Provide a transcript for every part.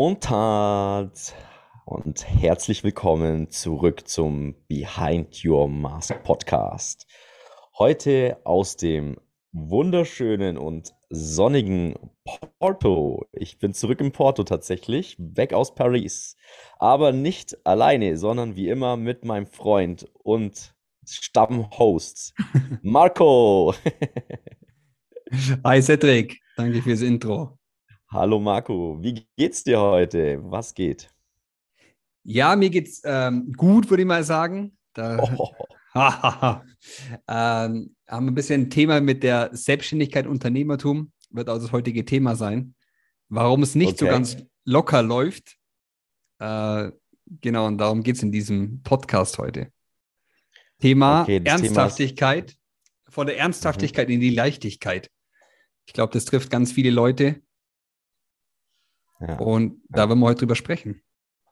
Montag und herzlich willkommen zurück zum Behind Your Mask Podcast. Heute aus dem wunderschönen und sonnigen Porto. Ich bin zurück in Porto tatsächlich, weg aus Paris. Aber nicht alleine, sondern wie immer mit meinem Freund und Stammhost Marco. Hi Cedric, danke fürs Intro. Hallo Marco, wie geht's dir heute? Was geht? Ja, mir geht's gut, würde ich mal sagen. Oh, Haben ein bisschen ein Thema mit der Selbstständigkeit, Unternehmertum, wird also das heutige Thema sein. Warum es nicht so okay, ganz locker läuft. Äh, genau, und darum geht es in diesem Podcast heute. Thema okay, das Thema ist. Ernsthaftigkeit, von der Mhm, Ernsthaftigkeit in die Leichtigkeit. Ich glaube, das trifft ganz viele Leute ja, und da ja. wollen wir heute drüber sprechen.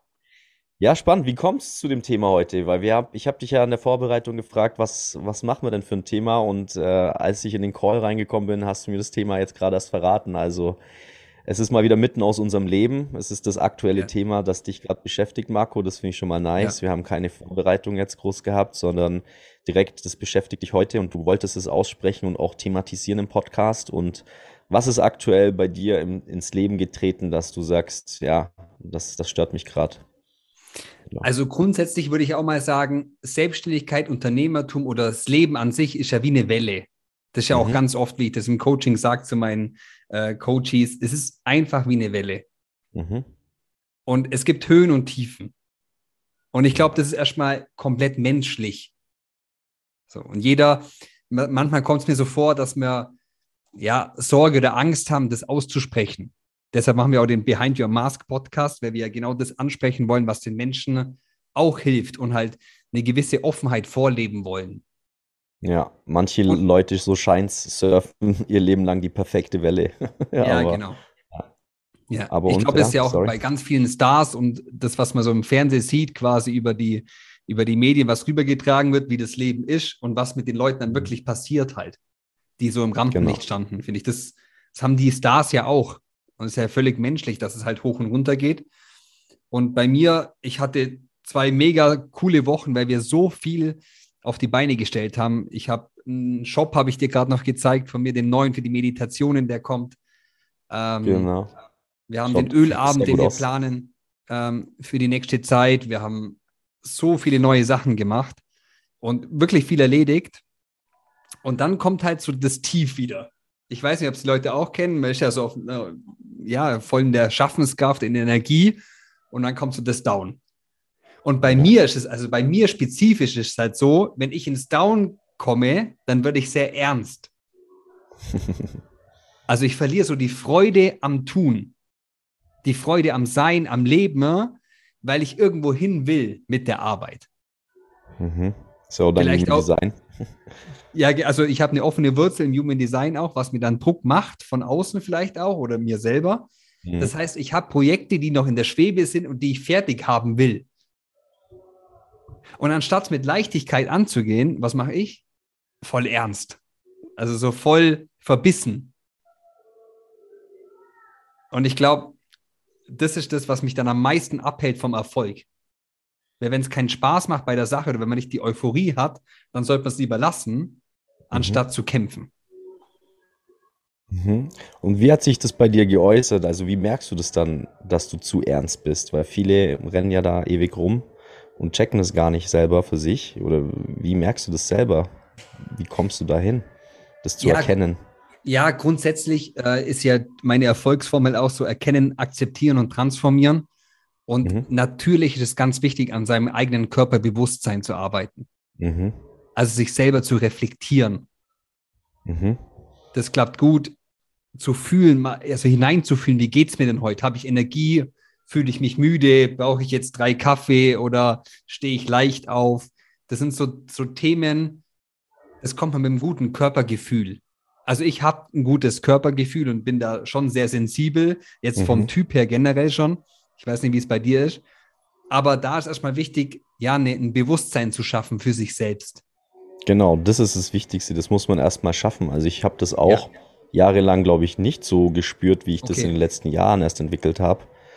Ja, spannend. Wie kommst du zu dem Thema heute? Weil ich habe dich ja in der Vorbereitung gefragt, was machen wir denn für ein Thema? Und als ich in den Call reingekommen bin, hast du mir das Thema jetzt gerade erst verraten. Also es ist mal wieder mitten aus unserem Leben. Es ist das aktuelle Ja, Thema, das dich gerade beschäftigt, Marco. Das finde ich schon mal ja. nice. Wir haben keine Vorbereitung jetzt groß gehabt, sondern direkt, das beschäftigt dich heute und du wolltest es aussprechen und auch thematisieren im Podcast. Und was ist aktuell bei dir ins Leben getreten, dass du sagst, ja, das stört mich gerade? Ja. Also grundsätzlich würde ich auch mal sagen, Selbstständigkeit, Unternehmertum oder das Leben an sich ist ja wie eine Welle. Das ist ja auch Mhm. ganz oft, wie ich das im Coaching sage zu meinen Coaches, es ist einfach wie eine Welle. Mhm. Und es gibt Höhen und Tiefen. Und ich glaube, Ja. das ist erstmal komplett menschlich. So, und manchmal kommt es mir so vor, dass wir ja Sorge oder Angst haben, das auszusprechen. Deshalb machen wir auch den Behind Your Mask Podcast, weil wir ja genau das ansprechen wollen, was den Menschen auch hilft und halt eine gewisse Offenheit vorleben wollen. Ja, manche Und Leute, so scheint's, surfen ihr Leben lang die perfekte Welle. Ja, ja, aber, genau. Ja, aber ich und, glaube, das ist ja, ja auch sorry. bei ganz vielen Stars und das, was man so im Fernsehen sieht, quasi über die Medien, was rübergetragen wird, wie das Leben ist und was mit den Leuten dann Mhm. wirklich passiert halt, die so im Rampenlicht Genau. standen, finde ich. Das haben die Stars ja auch. Und es ist ja völlig menschlich, dass es halt hoch und runter geht. Und bei mir, ich hatte 2 mega coole Wochen, weil wir so viel auf die Beine gestellt haben. Ich habe einen Shop, habe ich dir gerade noch gezeigt, von mir, den neuen für die Meditationen, der kommt. Ähm, Genau. Wir haben den Schaut Ölabend, sehr den gut wir aus. planen für die nächste Zeit. Wir haben so viele neue Sachen gemacht und wirklich viel erledigt. Und dann kommt halt so das Tief wieder. Ich weiß nicht, ob es die Leute auch kennen. Man ist ja so auf, ja, voll in der Schaffenskraft, in der Energie. Und dann kommt so das Down. Und bei Ja. mir ist es, also bei mir spezifisch ist es halt so, wenn ich ins Down komme, dann werde ich sehr ernst. Also ich verliere so die Freude am Tun, die Freude am Sein, am Leben, weil ich irgendwo hin will mit der Arbeit. Mhm. So, dein Vielleicht Human auch, Design. ja, also ich habe eine offene Wurzel im Human Design auch, was mir dann Druck macht, von außen vielleicht auch oder mir selber. Mhm. Das heißt, ich habe Projekte, die noch in der Schwebe sind und die ich fertig haben will. Und anstatt mit Leichtigkeit anzugehen, was mache ich? Voll ernst. Also so voll verbissen. Und ich glaube, das ist das, was mich dann am meisten abhält vom Erfolg. Weil wenn es keinen Spaß macht bei der Sache oder wenn man nicht die Euphorie hat, dann sollte man es lieber lassen, Mhm. anstatt zu kämpfen. Mhm. Und wie hat sich das bei dir geäußert? Also wie merkst du das dann, dass du zu ernst bist? Weil viele rennen ja da ewig rum und checken das gar nicht selber für sich. Oder wie merkst du das selber? Wie kommst du dahin, das zu Ja, erkennen? ja, grundsätzlich ist ja meine Erfolgsformel auch so erkennen, akzeptieren und transformieren. Und Mhm. natürlich ist es ganz wichtig, an seinem eigenen Körperbewusstsein zu arbeiten. Mhm. Also sich selber zu reflektieren. Mhm. Das klappt gut, zu fühlen, also hineinzufühlen, wie geht es mir denn heute? Habe ich Energie? Fühle ich mich müde? Brauche ich jetzt 3 Kaffee oder stehe ich leicht auf? Das sind so Themen, das kommt man mit einem guten Körpergefühl. Also ich habe ein gutes Körpergefühl und bin da schon sehr sensibel, jetzt vom Mhm. Typ her generell schon. Ich weiß nicht, wie es bei dir ist. Aber da ist erstmal wichtig, ja, ein Bewusstsein zu schaffen für sich selbst. Genau, das ist das Wichtigste. Das muss man erst mal schaffen. Also ich habe das Ja, auch jahrelang, glaube ich, nicht so gespürt, wie ich das in okay. den letzten Jahren erst entwickelt habe.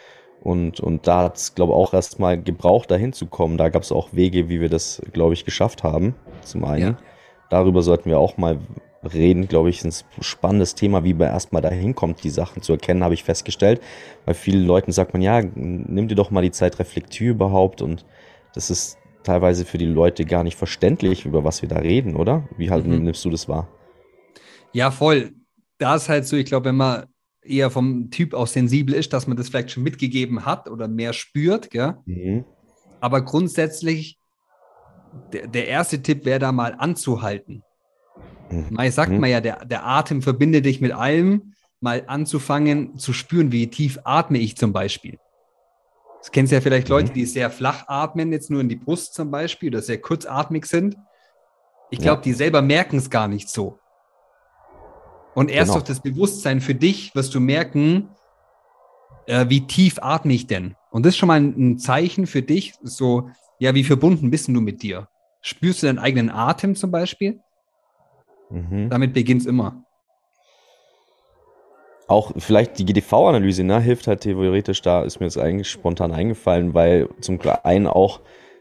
Und da hat es, glaube ich, auch erstmal gebraucht, da hinzukommen. Da gab es auch Wege, wie wir das, glaube ich, geschafft haben. Zum einen. Ja. Darüber sollten wir auch mal reden, glaube ich, ist ein spannendes Thema, wie man erstmal dahin kommt, die Sachen zu erkennen, habe ich festgestellt. Bei vielen Leuten sagt man, ja, nimm dir doch mal die Zeit, reflektier überhaupt. Und das ist teilweise für die Leute gar nicht verständlich, über was wir da reden, oder? Wie halt Mhm. nimmst du das wahr? Ja, voll. Da ist halt so, ich glaube, wenn man eher vom Typ aus sensibel ist, dass man das vielleicht schon mitgegeben hat oder mehr spürt, gell? Mhm. Aber grundsätzlich, der erste Tipp wäre da mal anzuhalten. Mal sagt Mhm. man ja, der Atem verbindet dich mit allem, mal anzufangen zu spüren, wie tief atme ich zum Beispiel. Das kennst ja vielleicht Leute, Mhm. die sehr flach atmen, jetzt nur in die Brust zum Beispiel, oder sehr kurzatmig sind. Ich Ja, glaube, die selber merken es gar nicht so. Und erst durch genau. das Bewusstsein für dich wirst du merken, wie tief atme ich denn? Und das ist schon mal ein Zeichen für dich, so, ja, wie verbunden bist du mit dir? Spürst du deinen eigenen Atem zum Beispiel? Mhm. Damit beginnt es immer. Auch vielleicht die GDV-Analyse, ne, hilft halt theoretisch, da ist mir jetzt eigentlich spontan eingefallen, weil zum einen auch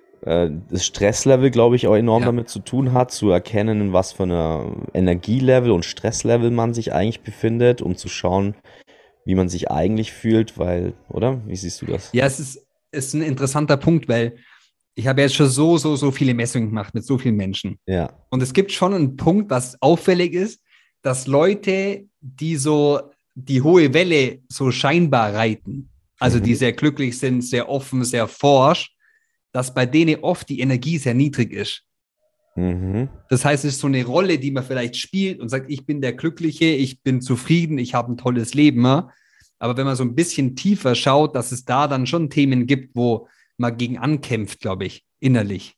das Stresslevel, glaube ich, auch enorm Ja. damit zu tun hat, zu erkennen, in was für einer Energielevel und Stresslevel man sich eigentlich befindet, um zu schauen, wie man sich eigentlich fühlt, weil, oder? Wie siehst du das? Ja, ist ein interessanter Punkt, weil ich habe jetzt schon so viele Messungen gemacht mit so vielen Menschen. Ja. Und es gibt schon einen Punkt, was auffällig ist, dass Leute, die so die hohe Welle so scheinbar reiten, also die Mhm. sehr glücklich sind, sehr offen, sehr forsch, dass bei denen oft die Energie sehr niedrig ist. Mhm. Das heißt, es ist so eine Rolle, die man vielleicht spielt und sagt, ich bin der Glückliche, ich bin zufrieden, ich habe ein tolles Leben. Aber wenn man so ein bisschen tiefer schaut, dass es da dann schon Themen gibt, wo man gegen ankämpft, glaube ich, innerlich.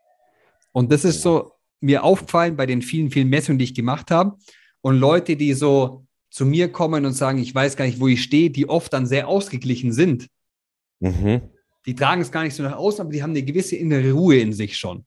Und das ist Ja. so mir aufgefallen bei den vielen Messungen, die ich gemacht habe. Und Leute, die so zu mir kommen und sagen, ich weiß gar nicht, wo ich stehe, die oft dann sehr ausgeglichen sind. Mhm. Die tragen es gar nicht so nach außen, aber die haben eine gewisse innere Ruhe in sich schon.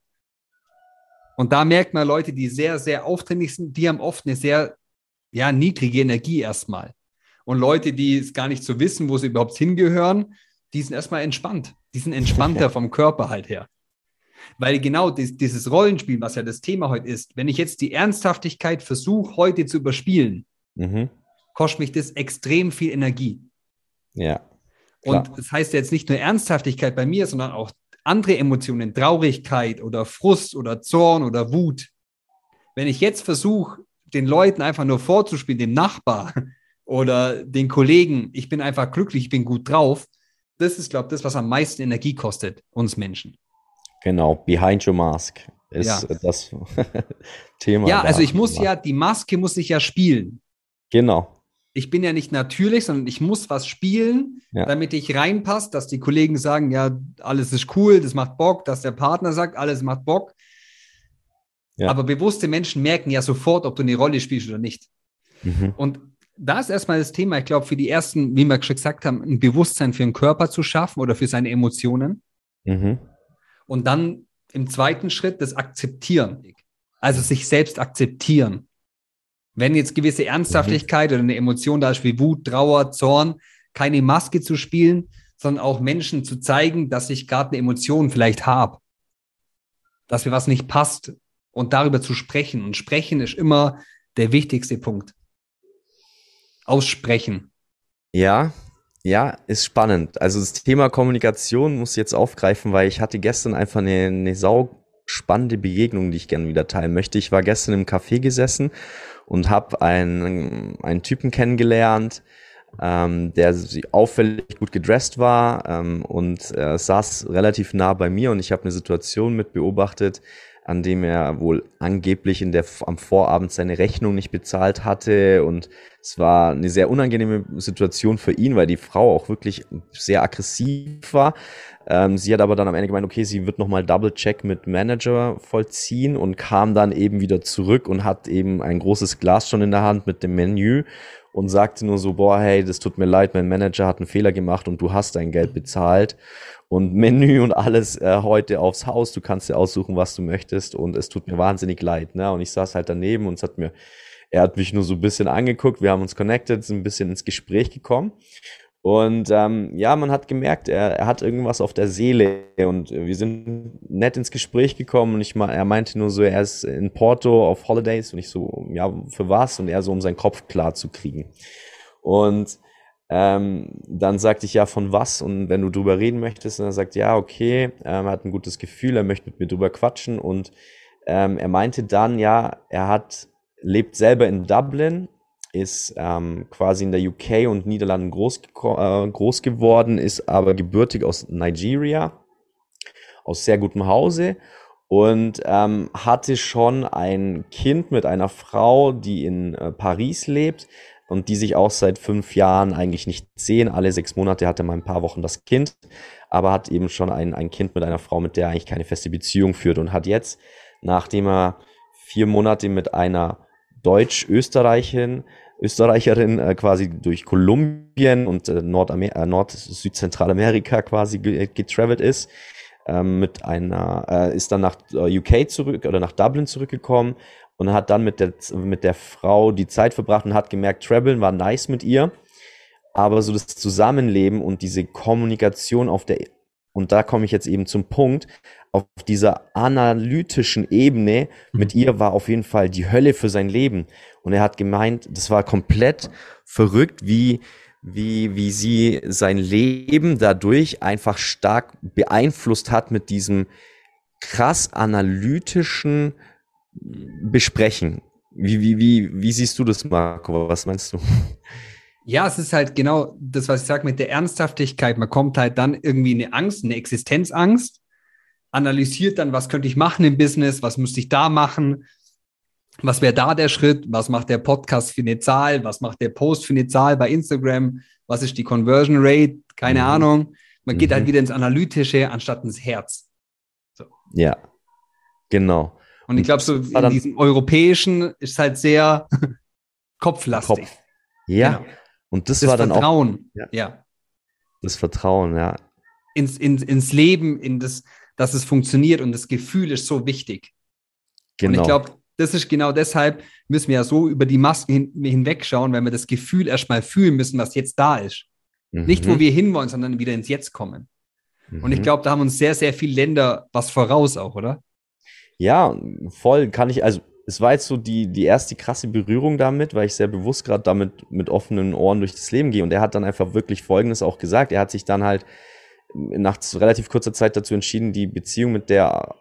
Und da merkt man Leute, die sehr aufdringlich sind, die haben oft eine sehr, ja, niedrige Energie erstmal. Und Leute, die es gar nicht so wissen, wo sie überhaupt hingehören, die sind erstmal entspannt. Die sind entspannter vom Körper halt her. Weil genau dieses Rollenspiel, was ja das Thema heute ist, wenn ich jetzt die Ernsthaftigkeit versuche, heute zu überspielen, Mhm. kostet mich das extrem viel Energie. Ja, klar. Und das heißt ja jetzt nicht nur Ernsthaftigkeit bei mir, sondern auch andere Emotionen, Traurigkeit oder Frust oder Zorn oder Wut. Wenn ich jetzt versuche, den Leuten einfach nur vorzuspielen, dem Nachbar oder den Kollegen, ich bin einfach glücklich, ich bin gut drauf, das ist, glaube ich, das, was am meisten Energie kostet, uns Menschen. Genau. Behind your mask ist Ja. das Thema Ja, also da. ich muss ja, die Maske muss ich ja spielen. Genau. Ich bin ja nicht natürlich, sondern ich muss was spielen, Ja. damit ich reinpasse, dass die Kollegen sagen, ja, alles ist cool, das macht Bock, dass der Partner sagt, alles macht Bock. Ja. Aber bewusste Menschen merken ja sofort, ob du eine Rolle spielst oder nicht. Mhm. Und da ist erstmal das Thema, ich glaube, für die ersten, wie wir schon gesagt haben, ein Bewusstsein für den Körper zu schaffen oder für seine Emotionen. Mhm. Und dann im zweiten Schritt das Akzeptieren. Also sich selbst akzeptieren. Wenn jetzt gewisse Mhm. Ernsthaftigkeit oder eine Emotion da ist wie Wut, Trauer, Zorn, keine Maske zu spielen, sondern auch Menschen zu zeigen, dass ich gerade eine Emotion vielleicht habe, dass mir was nicht passt und darüber zu sprechen. Und sprechen ist immer der wichtigste Punkt. Aussprechen. Ja, ja, ist spannend. Also das Thema Kommunikation muss ich jetzt aufgreifen, weil ich hatte gestern einfach eine sau spannende Begegnung, die ich gerne wieder teilen möchte. Ich war gestern im Café gesessen und habe einen Typen kennengelernt, der auffällig gut gedresst war und saß relativ nah bei mir und ich habe eine Situation mit beobachtet, an dem er wohl angeblich am Vorabend seine Rechnung nicht bezahlt hatte und es war eine sehr unangenehme Situation für ihn, weil die Frau auch wirklich sehr aggressiv war. Sie hat aber dann am Ende gemeint, okay, sie wird nochmal Double-Check mit Manager vollziehen und kam dann eben wieder zurück und hat eben ein großes Glas schon in der Hand mit dem Menü und sagte nur so, boah, hey, das tut mir leid, mein Manager hat einen Fehler gemacht und du hast dein Geld bezahlt und Menü und alles heute aufs Haus, du kannst dir aussuchen, was du möchtest und es tut mir wahnsinnig leid, ne? Und ich saß halt daneben und er hat mich nur so ein bisschen angeguckt, wir haben uns connected, sind ein bisschen ins Gespräch gekommen Und ja, man hat gemerkt, er hat irgendwas auf der Seele und wir sind nett ins Gespräch gekommen und er meinte nur so, er ist in Porto auf Holidays und ich so, ja, für was? Und er so, um seinen Kopf klar zu kriegen. Und dann sagte ich, ja, von was? Und wenn du drüber reden möchtest, und er sagt, ja, okay, er hat ein gutes Gefühl, er möchte mit mir drüber quatschen und er meinte dann, ja, lebt selber in Dublin, ist quasi in der UK und Niederlanden groß geworden, ist aber gebürtig aus Nigeria, aus sehr gutem Hause und hatte schon ein Kind mit einer Frau, die in Paris lebt und die sich auch seit 5 Jahren eigentlich nicht sehen. Alle 6 Monate hatte mal ein paar Wochen das Kind, aber hat eben schon ein Kind mit einer Frau, mit der er eigentlich keine feste Beziehung führt und hat jetzt, nachdem er 4 Monate mit einer Deutsch-Österreicherin quasi durch Kolumbien und Südzentralamerika quasi getravelt ist, ist dann nach UK zurück oder nach Dublin zurückgekommen und hat dann mit der Frau die Zeit verbracht und hat gemerkt, Traveln war nice mit ihr, aber so das Zusammenleben und diese Kommunikation und da komme ich jetzt eben zum Punkt, auf dieser analytischen Ebene mit ihr war auf jeden Fall die Hölle für sein Leben. Und er hat gemeint, das war komplett verrückt, wie sie sein Leben dadurch einfach stark beeinflusst hat mit diesem krass analytischen Besprechen. Wie siehst du das, Marco? Was meinst du? Ja, es ist halt genau das, was ich sage mit der Ernsthaftigkeit. Man kommt halt dann irgendwie in eine Angst, eine Existenzangst, analysiert dann, was könnte ich machen im Business, was müsste ich da machen, was wäre da der Schritt, was macht der Podcast für eine Zahl, was macht der Post für eine Zahl bei Instagram, was ist die Conversion Rate, keine Ahnung. Man geht halt wieder ins Analytische anstatt ins Herz. So. Ja, genau. Und ich glaube, so in diesem Europäischen ist halt sehr kopflastig. Ja, genau. Und das war dann Vertrauen, auch. Ja. Das Vertrauen, ja. Ins Leben, dass es funktioniert und das Gefühl ist so wichtig. Genau. Und ich glaube, das ist genau deshalb, müssen wir ja so über die Masken hinwegschauen, weil wir das Gefühl erstmal fühlen müssen, was jetzt da ist. Nicht, wo wir hinwollen, sondern wieder ins Jetzt kommen. Und ich glaube, da haben uns sehr, sehr viele Länder was voraus auch, oder? Ja, voll also es war jetzt so die erste krasse Berührung damit, weil ich sehr bewusst gerade damit mit offenen Ohren durch das Leben gehe. Und er hat dann einfach wirklich Folgendes auch gesagt. Er hat sich dann halt nach relativ kurzer Zeit dazu entschieden, die Beziehung mit der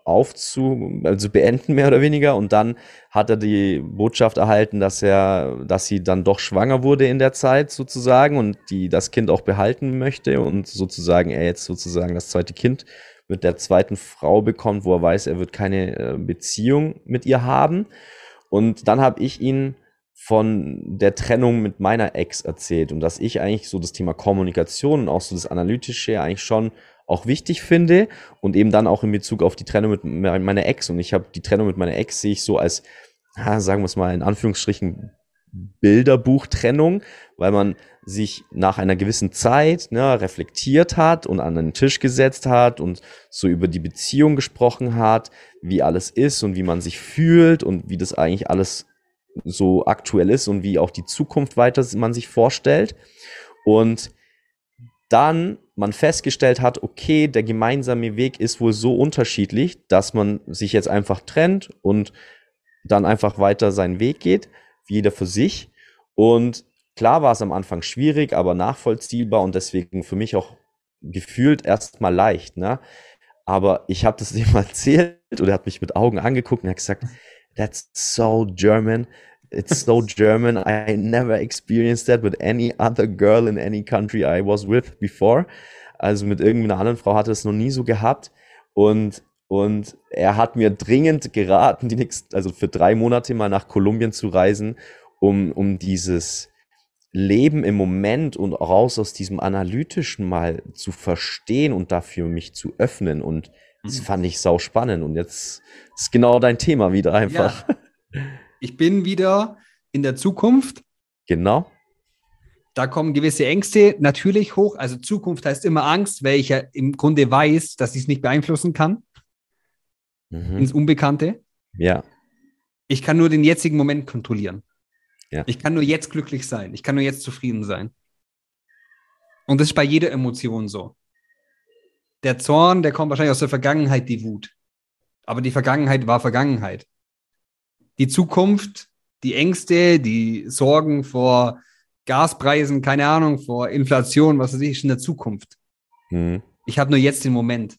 beenden, mehr oder weniger. Und dann hat er die Botschaft erhalten, dass sie dann doch schwanger wurde in der Zeit sozusagen und die das Kind auch behalten möchte und sozusagen er jetzt sozusagen das zweite Kind mit der zweiten Frau bekommt, wo er weiß, er wird keine Beziehung mit ihr haben. Und dann habe ich ihn von der Trennung mit meiner Ex erzählt und dass ich eigentlich so das Thema Kommunikation und auch so das Analytische eigentlich schon auch wichtig finde und eben dann auch in Bezug auf die Trennung mit meiner Ex. Und ich habe die Trennung mit meiner Ex sehe ich so als, sagen wir es mal in Anführungsstrichen, Bilderbuchtrennung, weil man sich nach einer gewissen Zeit reflektiert hat und an den Tisch gesetzt hat und so über die Beziehung gesprochen hat, wie alles ist und wie man sich fühlt und wie das eigentlich alles so aktuell ist und wie auch die Zukunft weiter man sich vorstellt. Und dann man festgestellt hat, okay, der gemeinsame Weg ist wohl so unterschiedlich, dass man sich jetzt einfach trennt und dann einfach weiter seinen Weg geht, jeder für sich. Und klar war es am Anfang schwierig, aber nachvollziehbar und deswegen für mich auch gefühlt erstmal leicht, ne? Aber ich habe das ihm erzählt und er hat mich mit Augen angeguckt und hat gesagt, that's so German. It's so German. I never experienced that with any other girl in any country I was with before. Also mit irgendeiner anderen Frau hatte es noch nie so gehabt. Und er hat mir dringend geraten, für 3 Monate mal nach Kolumbien zu reisen, um dieses Leben im Moment und raus aus diesem Analytischen mal zu verstehen und dafür mich zu öffnen. Und das fand ich sau spannend. Und jetzt ist genau dein Thema wieder einfach. Ja. Ich bin wieder in der Zukunft. Genau. Da kommen gewisse Ängste natürlich hoch. Also Zukunft heißt immer Angst, weil ich ja im Grunde weiß, dass ich es nicht beeinflussen kann. Ins Unbekannte. Ja. Ich kann nur den jetzigen Moment kontrollieren. Ja. Ich kann nur jetzt glücklich sein. Ich kann nur jetzt zufrieden sein. Und das ist bei jeder Emotion so. Der Zorn, der kommt wahrscheinlich aus der Vergangenheit, die Wut. Aber die Vergangenheit war Vergangenheit. Die Zukunft, die Ängste, die Sorgen vor Gaspreisen, keine Ahnung, vor Inflation, was weiß ich, ist in der Zukunft. Mhm. Ich habe nur jetzt den Moment.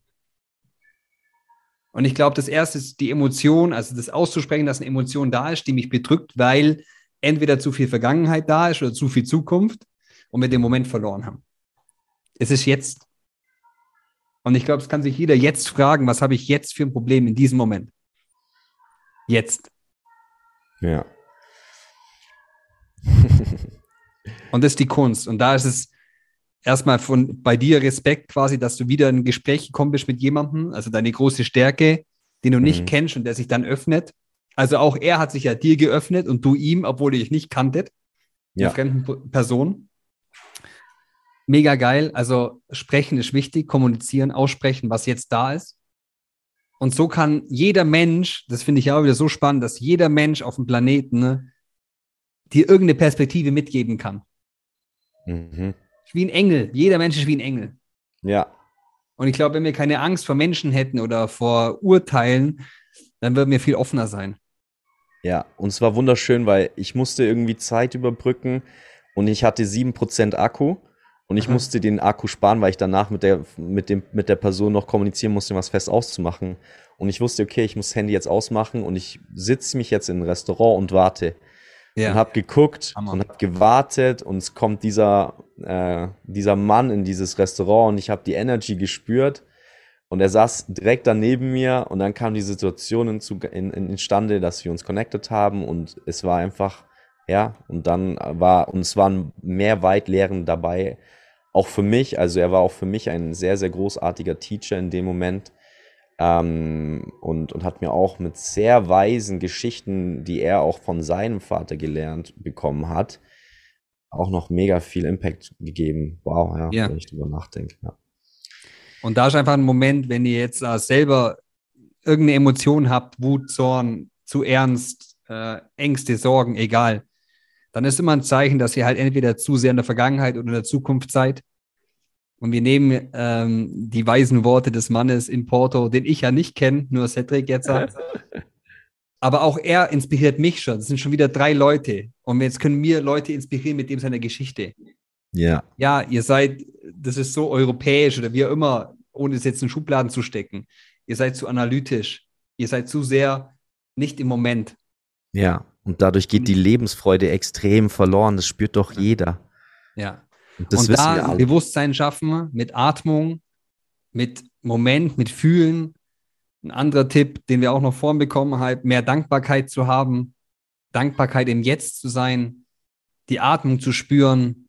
Und ich glaube, das erste ist die Emotion, also das auszusprechen, dass eine Emotion da ist, die mich bedrückt, weil entweder zu viel Vergangenheit da ist oder zu viel Zukunft und wir den Moment verloren haben. Es ist jetzt. Und ich glaube, es kann sich jeder jetzt fragen, was habe ich jetzt für ein Problem in diesem Moment? Jetzt. Ja. Und das ist die Kunst. Und da ist es erstmal bei dir Respekt quasi, dass du wieder in ein Gespräch gekommen bist mit jemandem, also deine große Stärke, den du nicht kennst und der sich dann öffnet. Also auch er hat sich ja dir geöffnet und du ihm, obwohl ihr dich nicht kanntet, einer fremden Person. Mega geil. Also sprechen ist wichtig, kommunizieren, aussprechen, was jetzt da ist. Und so kann jeder Mensch, das finde ich auch wieder so spannend, dass jeder Mensch auf dem Planeten dir irgendeine Perspektive mitgeben kann. Mhm. Wie ein Engel. Jeder Mensch ist wie ein Engel. Ja. Und ich glaube, wenn wir keine Angst vor Menschen hätten oder vor Urteilen, dann würden wir viel offener sein. Ja, und es war wunderschön, weil ich musste irgendwie Zeit überbrücken und ich hatte 7% Akku und ich musste den Akku sparen, weil ich danach mit der Person noch kommunizieren musste, um was fest auszumachen. Und ich wusste, okay, ich muss das Handy jetzt ausmachen und ich sitze mich jetzt in ein Restaurant und warte. Ja. Und habe geguckt Hammer. und habe gewartet und es kommt dieser Mann in dieses Restaurant und ich habe die Energy gespürt und er saß direkt daneben mir und dann kam die Situation instande, dass wir uns connected haben und es war einfach, ja, und es waren mehr Weitlehren dabei, auch für mich, also er war auch für mich ein sehr, sehr großartiger Teacher in dem Moment. Und hat mir auch mit sehr weisen Geschichten, die er auch von seinem Vater gelernt bekommen hat, auch noch mega viel Impact gegeben. Wow, ja. Wenn ich drüber nachdenke. Ja. Und da ist einfach ein Moment, wenn ihr jetzt selber irgendeine Emotion habt, Wut, Zorn, zu ernst, Ängste, Sorgen, egal, dann ist immer ein Zeichen, dass ihr halt entweder zu sehr in der Vergangenheit oder in der Zukunft seid. Und wir nehmen die weisen Worte des Mannes in Porto, den ich ja nicht kenne, nur Cedric jetzt. Aber auch er inspiriert mich schon. Das sind schon wieder 3 Leute. Und jetzt können wir Leute inspirieren mit dem seiner Geschichte. Ja. Ja, ihr seid, das ist so europäisch oder wie auch immer, ohne es jetzt in Schubladen zu stecken. Ihr seid zu analytisch. Ihr seid zu sehr nicht im Moment. Ja, und dadurch geht die Lebensfreude extrem verloren. Das spürt doch jeder. Ja. Und das wissen wir alle. Bewusstsein schaffen mit Atmung, mit Moment, mit Fühlen. Ein anderer Tipp, den wir auch noch vorhin bekommen haben, mehr Dankbarkeit zu haben, Dankbarkeit im Jetzt zu sein, die Atmung zu spüren,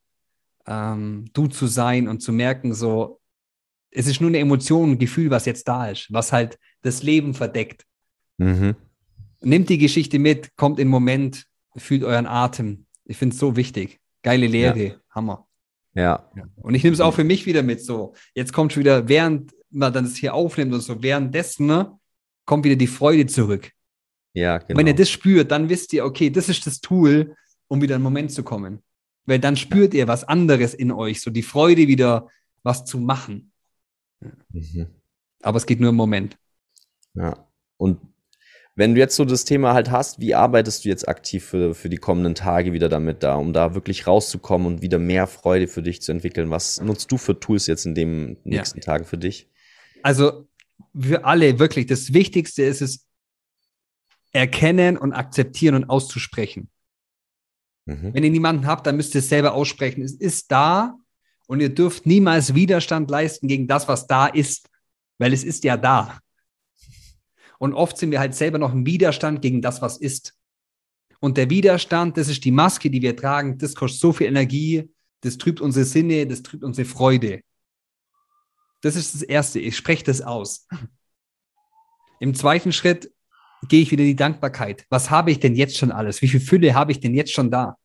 du zu sein und zu merken, so, es ist nur eine Emotion, ein Gefühl, was jetzt da ist, was halt das Leben verdeckt. Mhm. Nehmt die Geschichte mit, kommt in den Moment, fühlt euren Atem. Ich finde es so wichtig. Geile Lehre, Hammer. Ja. Und ich nehme es auch für mich wieder mit. So, jetzt kommt schon wieder, während man dann das hier aufnimmt und so, währenddessen, ne, kommt wieder die Freude zurück. Ja, genau. Und wenn ihr das spürt, dann wisst ihr, okay, das ist das Tool, um wieder in den Moment zu kommen. Weil dann spürt ihr was anderes in euch, so die Freude wieder, was zu machen. Mhm. Aber es geht nur im Moment. Ja. Und wenn du jetzt so das Thema halt hast, wie arbeitest du jetzt aktiv für die kommenden Tage wieder damit da, um da wirklich rauszukommen und wieder mehr Freude für dich zu entwickeln? Was nutzt du für Tools jetzt in den nächsten Tagen für dich? Also für alle wirklich, das Wichtigste ist es, erkennen und akzeptieren und auszusprechen. Mhm. Wenn ihr niemanden habt, dann müsst ihr es selber aussprechen. Es ist da und ihr dürft niemals Widerstand leisten gegen das, was da ist, weil es ist ja da. Und oft sind wir halt selber noch im Widerstand gegen das, was ist. Und der Widerstand, das ist die Maske, die wir tragen, das kostet so viel Energie, das trübt unsere Sinne, das trübt unsere Freude. Das ist das Erste, ich spreche das aus. Im zweiten Schritt gehe ich wieder in die Dankbarkeit. Was habe ich denn jetzt schon alles? Wie viel Fülle habe ich denn jetzt schon da?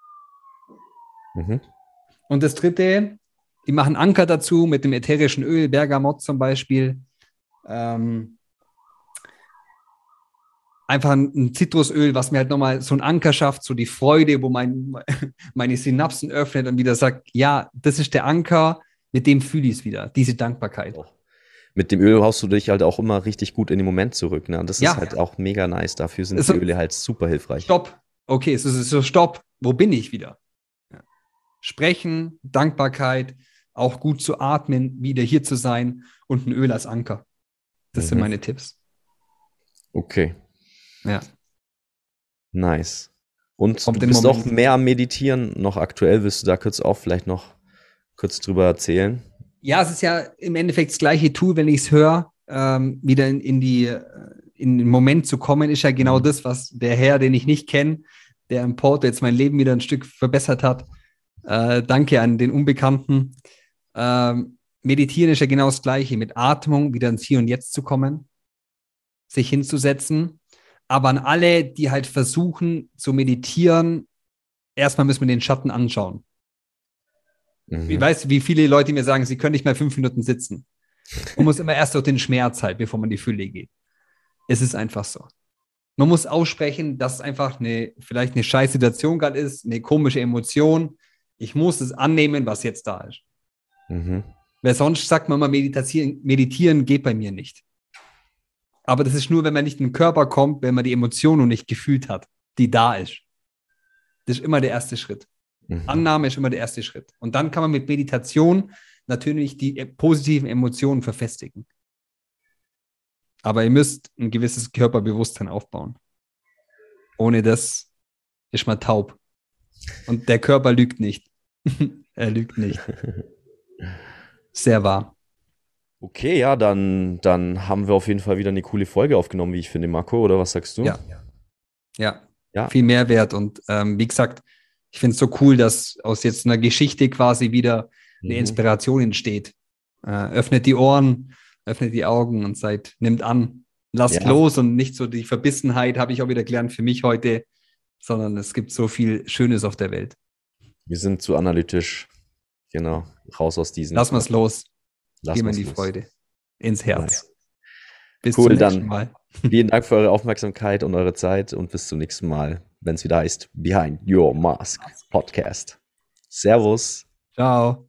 Mhm. Und das Dritte, die machen Anker dazu mit dem ätherischen Öl, Bergamott zum Beispiel. einfach ein Zitrusöl, was mir halt nochmal so einen Anker schafft, so die Freude, wo meine Synapsen öffnet und wieder sagt, ja, das ist der Anker, mit dem fühle ich es wieder, diese Dankbarkeit. Auch. Mit dem Öl haust du dich halt auch immer richtig gut in den Moment zurück. Ne? Und das ist Ja, halt auch mega nice. Dafür sind die so, Öle halt super hilfreich. stopp. Okay, es ist so, stopp. Wo bin ich wieder? Ja. Sprechen, Dankbarkeit, auch gut zu atmen, wieder hier zu sein und ein Öl als Anker. Das sind meine Tipps. Okay, Ja. nice. Und Kommt du im bist auch Moment. mehr am Meditieren noch aktuell. Willst du da kurz auch vielleicht noch kurz drüber erzählen? Ja, es ist ja im Endeffekt das gleiche Tool, wenn ich es höre, wieder in den Moment zu kommen, ist ja genau das, was der Herr, den ich nicht kenne, der im Porto jetzt mein Leben wieder ein Stück verbessert hat. Danke an den Unbekannten. Meditieren ist ja genau das Gleiche, mit Atmung wieder ins Hier und Jetzt zu kommen, sich hinzusetzen. Aber an alle, die halt versuchen zu meditieren, erstmal müssen wir den Schatten anschauen. Ich weiß, wie viele Leute mir sagen, sie können nicht mehr 5 Minuten sitzen. Man muss immer erst durch den Schmerz halt, bevor man in die Fülle geht. Es ist einfach so. Man muss aussprechen, dass es einfach vielleicht eine scheiß Situation gerade ist, eine komische Emotion. Ich muss es annehmen, was jetzt da ist. Weil sonst sagt man mal, meditieren geht bei mir nicht. Aber das ist nur, wenn man nicht in den Körper kommt, wenn man die Emotion noch nicht gefühlt hat, die da ist. Das ist immer der erste Schritt. Annahme ist immer der erste Schritt. Und dann kann man mit Meditation natürlich die positiven Emotionen verfestigen. Aber ihr müsst ein gewisses Körperbewusstsein aufbauen. Ohne das ist man taub. Und der Körper lügt nicht. Er lügt nicht. Sehr wahr. Okay, ja, dann haben wir auf jeden Fall wieder eine coole Folge aufgenommen, wie ich finde, Marco, oder was sagst du? Ja. Ja. Viel Mehrwert. Und wie gesagt, ich finde es so cool, dass aus jetzt einer Geschichte quasi wieder eine Inspiration entsteht. Öffnet die Ohren, öffnet die Augen und nimmt an. Lasst los und nicht so die Verbissenheit, habe ich auch wieder gelernt für mich heute, sondern es gibt so viel Schönes auf der Welt. Wir sind zu analytisch. Genau. Raus aus diesen. Lass mal's los. Gehen wir in die Freude. Ins Herz. Nice. Bis cool, zum nächsten dann Mal. Vielen Dank für eure Aufmerksamkeit und eure Zeit und bis zum nächsten Mal, wenn es wieder heißt Behind Your Mask Podcast. Servus. Ciao.